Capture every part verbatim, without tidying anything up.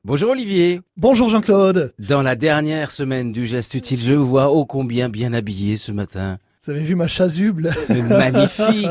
Bonjour Olivier. Bonjour Jean-Claude. Dans la dernière semaine du geste utile, je vous vois ô combien bien habillé ce matin. Vous avez vu ma chasuble? Mais magnifique.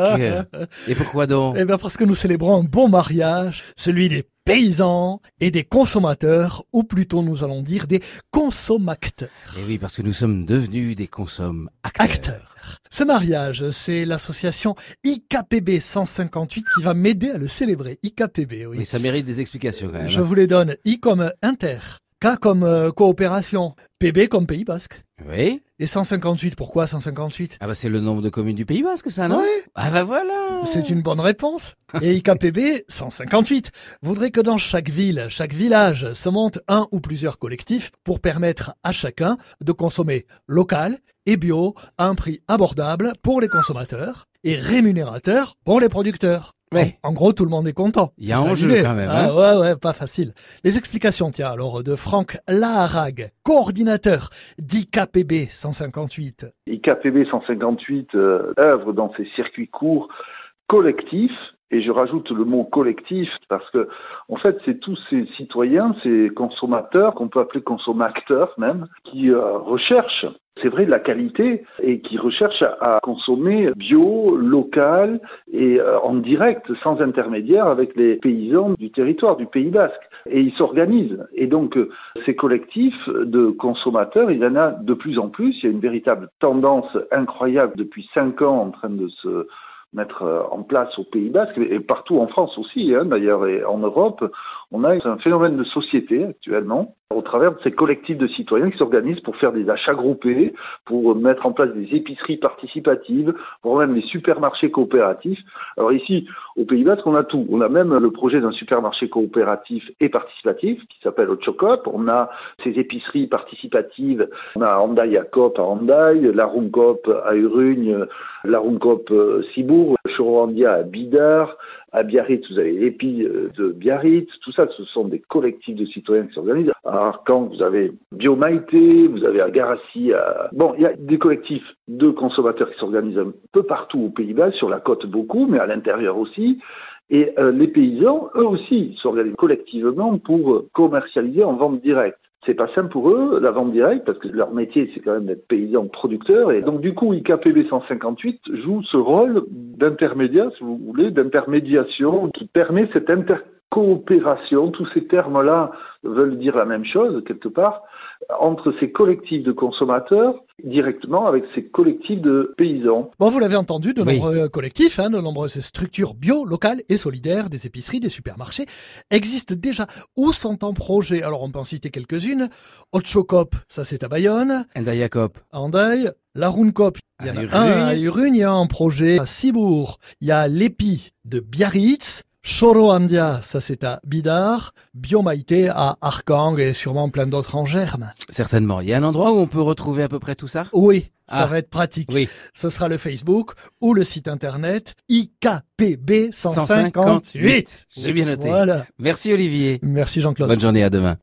Et pourquoi donc? Eh bien parce que nous célébrons un bon mariage, celui des paysans et des consommateurs, ou plutôt nous allons dire des consomacteurs. Eh oui, parce que nous sommes devenus des consommateurs. Acteurs. Ce mariage, c'est l'association I K P B cent cinquante-huit qui va m'aider à le célébrer. I K P B, oui. Oui, ça mérite des explications quand même. Je vous les donne. I comme inter, K comme euh, coopération, P B comme Pays Basque. Oui. Et cent cinquante-huit, pourquoi cent cinquante-huit? Ah bah c'est le nombre de communes du Pays Basque, ça, non? Ouais. Ah bah voilà. C'est une bonne réponse. Et I K P B cent cinquante-huit voudrait que dans chaque ville, chaque village, se monte un ou plusieurs collectifs pour permettre à chacun de consommer local et bio à un prix abordable pour les consommateurs et rémunérateur pour les producteurs. Ouais. En, en gros, tout le monde est content. Il y a C'est ça enjeu l'idée. quand même, Ah, hein. ouais, ouais, pas facile. Les explications, tiens, alors, de Franck Laharag, coordinateur d'I K P B cent cinquante-huit. I K P B cent cinquante-huit euh, œuvre dans ces circuits courts collectifs, et je rajoute le mot collectif parce que, en fait, c'est tous ces citoyens, ces consommateurs, qu'on peut appeler consommateurs même, qui euh, recherchent, c'est vrai, de la qualité et qui recherchent à, à consommer bio, local et euh, en direct, sans intermédiaire, avec les paysans du territoire, du Pays Basque. Et ils s'organisent. Et donc, euh, ces collectifs de consommateurs, il y en a de plus en plus. Il y a une véritable tendance incroyable depuis cinq ans en train de se mettre en place au Pays Basque et partout en France aussi, hein, d'ailleurs, et en Europe, on a un phénomène de société actuellement au travers de ces collectifs de citoyens qui s'organisent pour faire des achats groupés, pour mettre en place des épiceries participatives, pour même des supermarchés coopératifs. Alors ici, au Pays Basque, on a tout. On a même le projet d'un supermarché coopératif et participatif qui s'appelle Otchocop. On a ces épiceries participatives. On a Handaï à Cop à Handaï, la Runcoop à Urugne, la Runcoop Cibourg, Choroandia à Bidart. À Biarritz, vous avez l'Épi de Biarritz, tout ça, ce sont des collectifs de citoyens qui s'organisent. À Arcan, vous avez Biomaïté, vous avez à Garassi. À... Bon, il y a des collectifs de consommateurs qui s'organisent un peu partout au Pays Basque, sur la côte beaucoup, mais à l'intérieur aussi. Et euh, les paysans, eux aussi, s'organisent collectivement pour commercialiser en vente directe. C'est pas simple pour eux, la vente directe, parce que leur métier, c'est quand même d'être paysan producteur. Et donc, du coup, I K P B cent cinquante-huit joue ce rôle d'intermédiaire, si vous voulez, d'intermédiation qui permet cette intercoopération. Tous ces termes-là veulent dire la même chose, quelque part, entre ces collectifs de consommateurs directement avec ces collectifs de paysans. Bon, vous l'avez entendu, de Oui. nombreux collectifs, hein, de nombreuses structures bio, locales et solidaires, des épiceries, des supermarchés, existent déjà ou sont en projet. Alors, on peut en citer quelques-unes. Otchocop, ça c'est à Bayonne. Ndayakop. À Handaï. La Runcoop, il y en À a Urugne. un à Urugne, il y a un projet à Cibourg. Il y a l'Épi de Biarritz. Choroandia, ça c'est à Bidart. Biomaïté à Arcang et sûrement plein d'autres en germe. Certainement. Il y a un endroit où on peut retrouver à peu près tout ça? Oui, ça Ah. va être pratique. Oui. Ce sera le Facebook ou le site internet I K P B cent cent cinquante-huit. cinquante-huit. J'ai bien noté. Voilà. Merci Olivier. Merci Jean-Claude. Bonne journée, à demain.